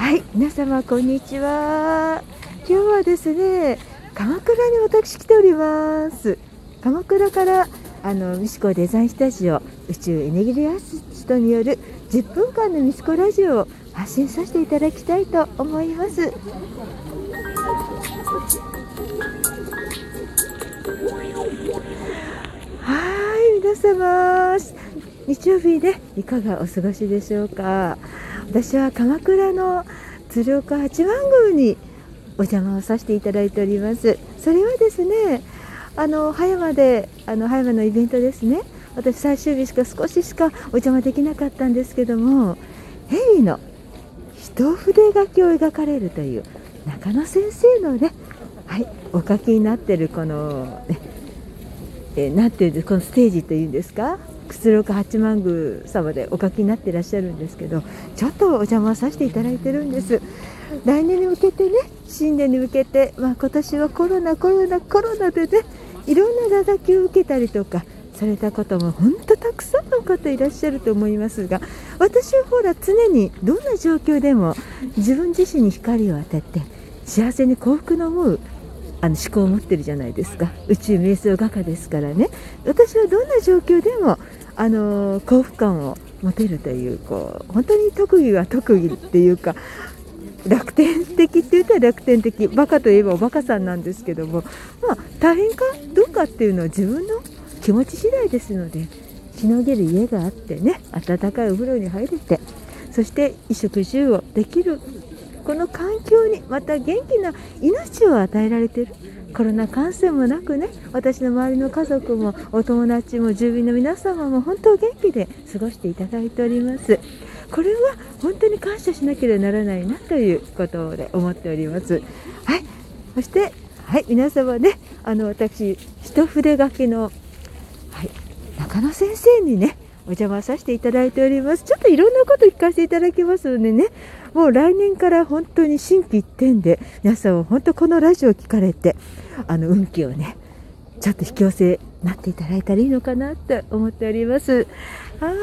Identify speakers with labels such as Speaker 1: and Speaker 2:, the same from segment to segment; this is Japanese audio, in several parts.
Speaker 1: はい、皆様こんにちは。今日はですね、鎌倉に私来ております。鎌倉からミスコデザインスタジオ宇宙エネルギーアシストによる10分間のミスコラジオを発信させていただきたいと思います。はい、皆様日曜日でいかがお過ごしでしょうか。私は鎌倉の鶴岡八幡宮にお邪魔をさせていただいております。それはですね、葉山のイベントですね。私最終日少ししかお邪魔できなかったんですけども、蛇の一筆書きを描かれるという中野先生のね、はい、お書きになっているこのね、なんていうんです、このステージというんですか、鶴岡八幡宮様でお書きになっていらっしゃるんですけど、ちょっとお邪魔させていただいてるんです。来年に向けてね、新年に向けて、今年はコロナでね、いろんな打撃を受けたりとかされた方も本当たくさんの方いらっしゃると思いますが、私はほら常にどんな状況でも自分自身に光を当てて幸せに幸福の思う思考を持ってるじゃないですか。宇宙瞑想画家ですからね。私はどんな状況でも幸福感を持てるという、本当に特技は特技っていうか、楽天的って言ったら楽天的、バカといえばおバカさんなんですけども、大変かどうかっていうのは自分の気持ち次第ですので、しのげる家があってね、暖かいお風呂に入れて、そして衣食住をできるこの環境に、また元気な命を与えられている。コロナ感染もなくね、私の周りの家族もお友達も住民の皆様も本当元気で過ごしていただいております。これは本当に感謝しなければならないなということで思っております。はい、そしてはい皆様ね、私一筆書きの、はい、中野先生にねお邪魔させていただいております。ちょっといろんなこと聞かせていただきますのでね、もう来年から本当に心機一転で皆さんは本当このラジオを聞かれて運気をねちょっと引き寄せなっていただいたらいいのかなと思っております。はい、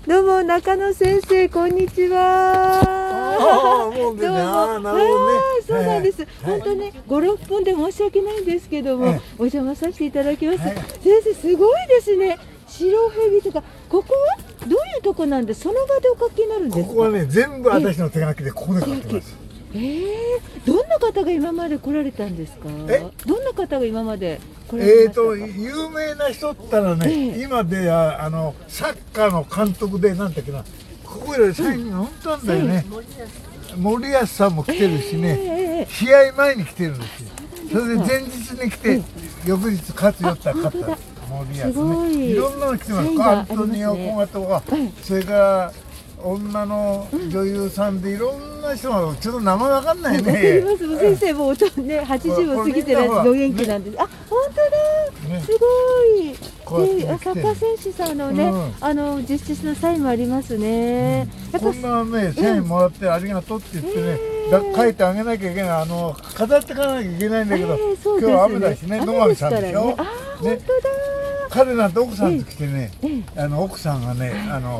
Speaker 1: どうも中野先生こんにちは。
Speaker 2: もうね、
Speaker 1: どうも。
Speaker 2: なるほどね。
Speaker 1: そうなんです。本当ね5、6分で申し訳ないんですけども、お邪魔させていただきます。先生すごいですね。白蛇とか、ここはどういうとこなんでその場でお書きになるんですか。
Speaker 2: ここはね、全部私の手書きでここで書きます。
Speaker 1: どんな方が今まで来られたんですか。どんな方が今まで来られましたか。
Speaker 2: 有名な人ったらね、今ではサッカーの監督でなんだっけな、ここより最近本当なんだよね。森保さんも来てるしね、試合前に来てるんですよ。それで前日に来て、翌日勝つよったら勝った。森保ね、いろんなの来てます。アントニオ・コガとか、それから女の女優さんでいろんな人が、ちょっと名前わかんないね。
Speaker 1: わかります。先生もうね80を過ぎてるお元気なんです。あ、本当だ。すごい。で、サッカー選手さんのね、実質のサインもありますね。
Speaker 2: こんなね、サインもらってありがとうって言ってね、書いてあげなきゃいけない、飾ってかなきゃいけないんだけど、今日は雨だしね、野上さんでしょ。
Speaker 1: あ、本当だ。
Speaker 2: 彼なんて奥さんと来てね、奥さんがね、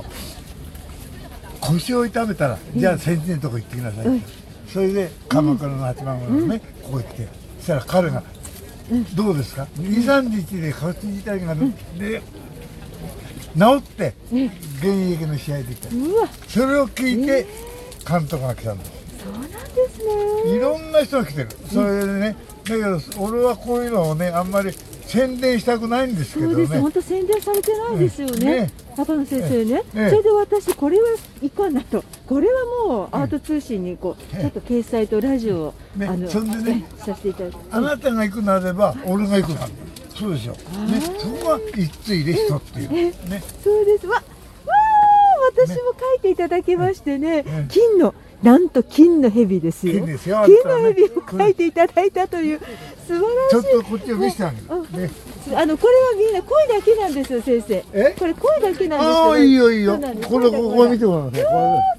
Speaker 2: 腰を痛めたら、じゃあ先生のとこ行ってきなさいって。それで鎌倉の八幡宮のね、ここへ来て、そしたら彼が、どうですか ?2、3日で腰痛いがで治って、現役の試合できた。それを聞いて、監督が来たんです。
Speaker 1: そうなんですね。
Speaker 2: いろんな人が来てる。それでね、だけど俺はこういうのをね、あんまり宣伝したくないんですけどね。
Speaker 1: そうです。本当宣伝されてないですよね。中野先生ね。それで私これはいかんなと。これはもうアート通信にちょっと掲載とラジオを
Speaker 2: それでね、
Speaker 1: させていただいて。あ
Speaker 2: なたが行くなれば俺が行くな。そうでしょ。ね、そこが一対で人っていうね。
Speaker 1: そうです。私も書いていただきましてね、なんと金の蛇ですよ。金の蛇を書いていただいたという素晴らしい。
Speaker 2: ちょっとこっちを見せてあげる。
Speaker 1: これはみんな声だけなんですよ、先生。これ声だけなんですよ。
Speaker 2: ああ、いいよいいよ。これここ見てごらんね。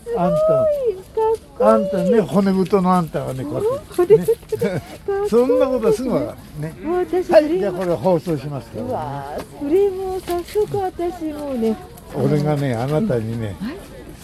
Speaker 2: あんたね、骨太のあんたがね、こうやって。そんなことはすぐわかるね。はい、じゃあこれ放送しますから。
Speaker 1: うわ、それも早速私もね。
Speaker 2: 俺がね、あなたにね、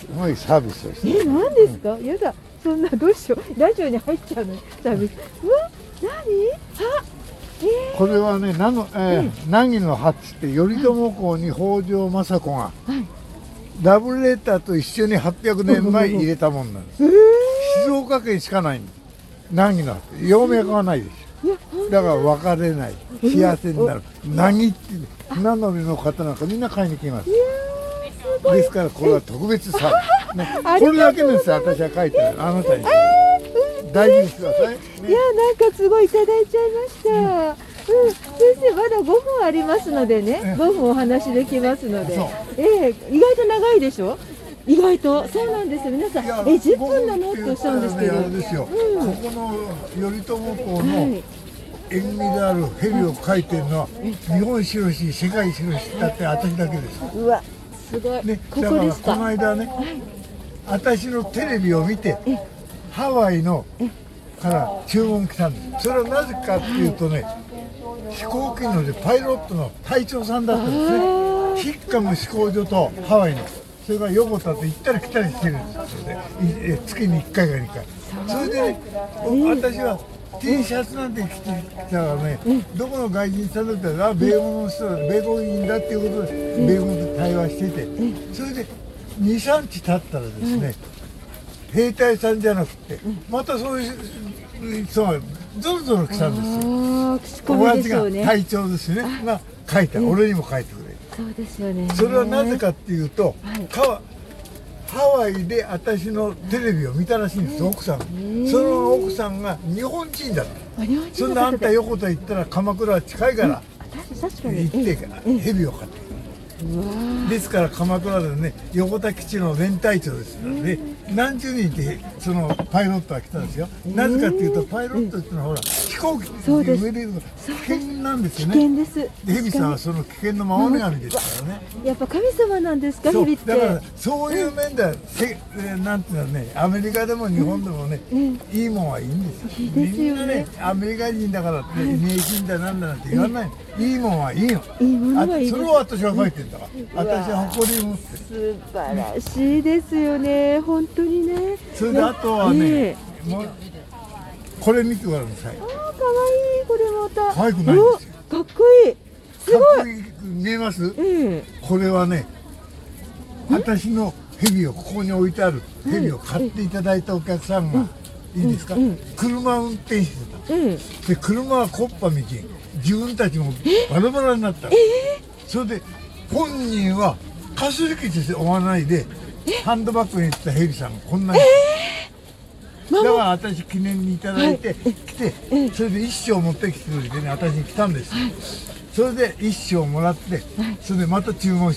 Speaker 2: ごいサービスをして。
Speaker 1: 何ですか、やだ、そんな、どうしよう、ラジオに入っちゃうの、サービス。うわ、何、あ、
Speaker 2: これはね、凪の葉っつって、頼朝公に北条政子が、
Speaker 1: はい、
Speaker 2: ラブレターと一緒に800年前入れたもんなんです。静岡県しかないんです。凪の葉って、葉脈がないでしょ。だから別れない、幸せになる。凪って、船乗りの方なんかみんな買いに来ます。ですからこれは特別サービス、ね、これだけですよ、私は書いてある、あなたに、大事にしてください、ね、
Speaker 1: いや、なんかすごいいただいちゃいました。先生、まだ5分ありますのでね、5分お話できますので、意外と長いでしょ。意外とそうなんですよ。皆さん、10分なのっておっしゃるんですけど、
Speaker 2: あれですよ、ここの頼朝公の縁起である蛇を描いてるのは、日本白し世界白しだって私だけです。
Speaker 1: うわ、すごい、
Speaker 2: ね、
Speaker 1: ここですか。
Speaker 2: だからこの間ね、私のテレビを見てハワイのから注文来たんです。それはなぜかっていうとね、飛行機のパイロットの隊長さんだったんですね。ヒッカム飛行場とハワイの、それから横田と行ったり来たりしてるんですよね。月に1回か2回。それでね、私はT シャツなんて着てきたらね、どこの外人さんだったら、米軍の人だ、米国人だっていうことで、米軍と対話してて、それで2、3日経ったらですね、兵隊さんじゃなくて、またそういう人がぞろぞろ来たんですよ。おやつが隊長ですね、が書いた、俺にも書いてくれ。
Speaker 1: そうですよね。
Speaker 2: それはなぜかっていうと、ハワイで私のテレビを見たらしいんです、奥さんが。その奥さんが日本人だった。そんなあんた横田行ったら鎌倉は近いから行って蛇を飼って。ですから鎌倉でね、横田基地の連隊長ですので、何十人ってそのパイロットが来たんですよ。なぜかっていうと、パイロットっていうのはほら飛行機に上でいるの危険なんですよね。
Speaker 1: 危険です。
Speaker 2: で、蛇さんはその危険の守り神ですからね。
Speaker 1: やっぱ神様なんですか、蛇って。
Speaker 2: だからそういう面ではなんていうのね、アメリカでも日本でもね、いいもんはいいんですよ。みんなね、アメリカ人だからって名人だなんだなんて言わない。いいもんはいいよ。
Speaker 1: いいものはいいです。
Speaker 2: それを私は書いてるんだから。私は誇りを持ってる。
Speaker 1: 素晴らしいですよね、本当にね。
Speaker 2: それであとはね、もうこれ見てください。
Speaker 1: ああ、可愛い、これまた。
Speaker 2: 可愛くないんですよ。
Speaker 1: かっこいい。すごい。
Speaker 2: かっこいい、見えます？これはね、私の蛇をここに置いてある蛇を買っていただいたお客さんが、いいですか？車運転してた。で、車は木っ端みじん。自分たちもバラバラになった。それで本人はかすり傷して追わないで、ハンドバッグに入ったヘビさんがこんなに、だから私記念にいただいて来て、それで一升持ってきてくれてね、私に来たんです。それで一升もらって、それでまた注文して、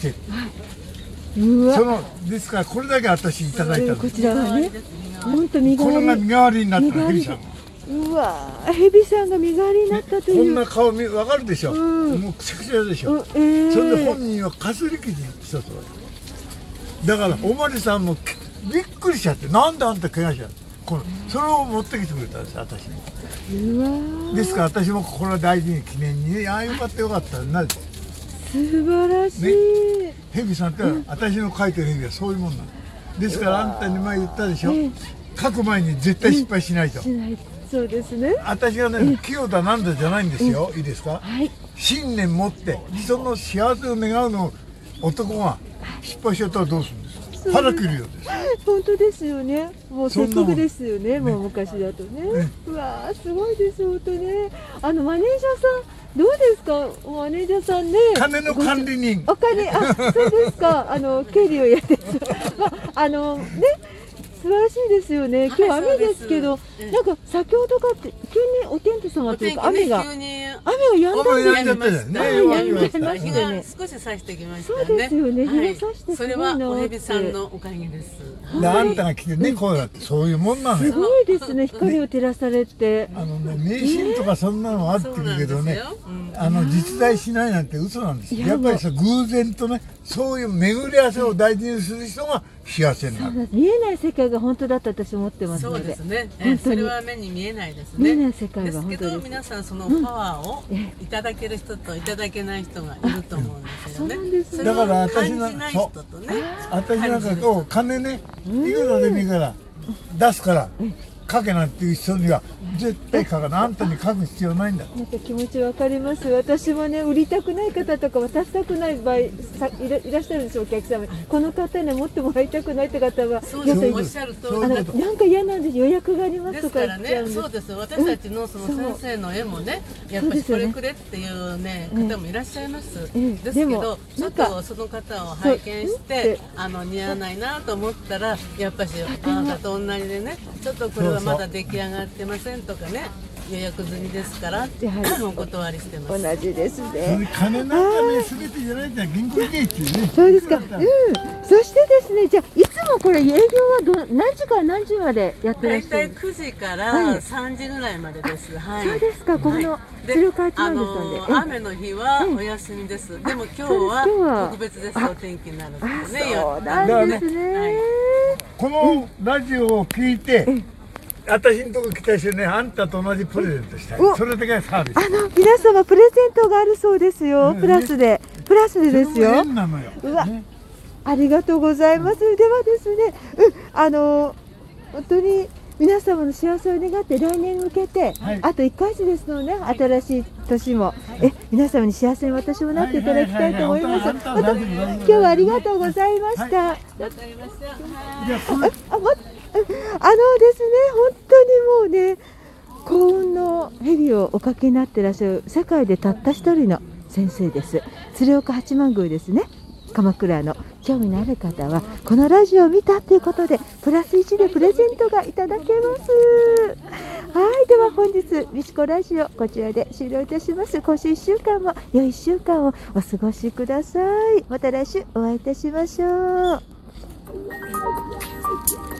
Speaker 2: ですからこれだけ私いただいたんです。
Speaker 1: こちらはね、本当身代わり、
Speaker 2: これが身代わりになったヘビさんが。
Speaker 1: うわー、ヘビさんが身代わりになったという。
Speaker 2: こんな顔わかるでしょ。もうくちゃくちゃでしょ。それで本人はかすり傷したそうだからおまりさんもびっくりしちゃって、なんであんた怪我しちゃうの、それを持ってきてくれたんです、私に。ですから私もこれは大事に記念に、ああよかったよかったな。
Speaker 1: 素晴らしい。
Speaker 2: ヘビさんって私の描いてるヘビはそういうもんなの。ですからあんたに前言ったでしょ、描く前に絶対失敗しないと。
Speaker 1: そうですね。
Speaker 2: 私がね、器用だなんだじゃないんですよ。いいですか？信念持って人の幸せを願うの男が失敗しちゃったらどうするんですか？腹切るようです。
Speaker 1: 本当ですよね。もうせっかくですよね。もう昔だとね。うわー、すごいです本当ね。マネージャーさんどうですか？マネージャーさんね。
Speaker 2: 金の管理人。
Speaker 1: お金、そうですか。経理をやってる。ね。素晴らしいですよね。今日雨ですけど、なんか先ほどから急にお天気様というか雨が止んだんですね。
Speaker 3: 日が少し差してきましたね。
Speaker 1: そうですよね。日が差して
Speaker 3: それはおへびさんのおかげです。
Speaker 2: あんたが来てね、こうやってそういうもんなのよ。
Speaker 1: すごいですね。光を照らされて。
Speaker 2: 迷信とかそんなのあってるけどね。 実在しないなんて嘘なんですよ。
Speaker 1: いや
Speaker 2: やっぱりさ、偶然とね、そういう巡り合わせを大事にする人が幸せになる。
Speaker 1: 見えない世界が本当だと私思ってます
Speaker 3: そう
Speaker 1: ので。
Speaker 3: ですね。
Speaker 1: 本当に
Speaker 3: それは目に見えないです
Speaker 1: 見え
Speaker 3: ね。
Speaker 1: ない世界
Speaker 3: ですけど
Speaker 1: が本当です。
Speaker 3: 皆さんそのパワーをいただける人といただけない人がいると思うんですよね。
Speaker 1: そうなんですね
Speaker 3: それを
Speaker 2: だから私
Speaker 3: 感じ
Speaker 2: な
Speaker 3: ない人とね。
Speaker 2: 私なんかこう金ね、いくらでもいいから出すから書けなんていう人には絶対書かない。あんたに書く必要ないんだ。
Speaker 1: なんか気持ちわかります。私もね、売りたくない方とか渡したくない場合いらっしゃるんですよ、お客様に。この方に持ってもらいたくないって方は、
Speaker 3: そうです。おっしゃる通りだと。
Speaker 1: なんか嫌なんです、予約があります
Speaker 3: です
Speaker 1: とか
Speaker 3: からね、
Speaker 1: 言っちゃうんです。
Speaker 3: そうです。私たちのその先生の絵もね、やっぱりこれくれっていうね方もいらっしゃいます。ですけど、ちょっとその方を拝見して似合わないなと思ったら、やっぱしあなたと同じでね、ちょっとこれはまだ出来上がってませんとかね、予約済みですからってお断りしてます。
Speaker 1: 同じです
Speaker 2: それ
Speaker 1: ね。
Speaker 2: 金なんかね、全てじゃないんだよ。銀行行けっていうね。
Speaker 1: そうですか。そしてですね、じゃあいつもこれ営業は何時から何時までやってらっ
Speaker 3: 大体
Speaker 1: しゃるんです
Speaker 3: 9時から3時ぐらいまでです。はい。
Speaker 1: か。そうですか。この鶴岡八幡宮さんで。
Speaker 3: 雨の日はお休みです。でも今日は特別です。お天気になるんですね。
Speaker 1: そうなんですね。
Speaker 2: このラジオを聞いて、私のとこ来た人ね、あんたと同じプレゼントしたい。それだけがサービス。
Speaker 1: 皆様プレゼントがあるそうですよ。プラスでです
Speaker 2: それも
Speaker 1: よ。
Speaker 2: 変なのよ。
Speaker 1: うわ
Speaker 2: ね
Speaker 1: ありがとうございます。ではですね、本当に皆様の幸せを願って来年に向けて、
Speaker 2: はい
Speaker 1: あと1ヶ月ですので、新しい年も、皆様に幸せに私もなっていただきたいと思います。
Speaker 2: はいはいはいはい
Speaker 1: 今日はありがとうございました。
Speaker 3: わかりました。
Speaker 2: じゃあこれ
Speaker 1: ですね、本当にもうね、幸運の蛇をおかけになってらっしゃる世界でたった一人の先生です。鶴岡八幡宮ですね。鎌倉の興味のある方はこのラジオを見たということでプラス1でプレゼントがいただけます。はい、では本日みちこラジオこちらで終了いたします。今週1週間も良い1週間をお過ごしください。また来週お会いいたしましょう。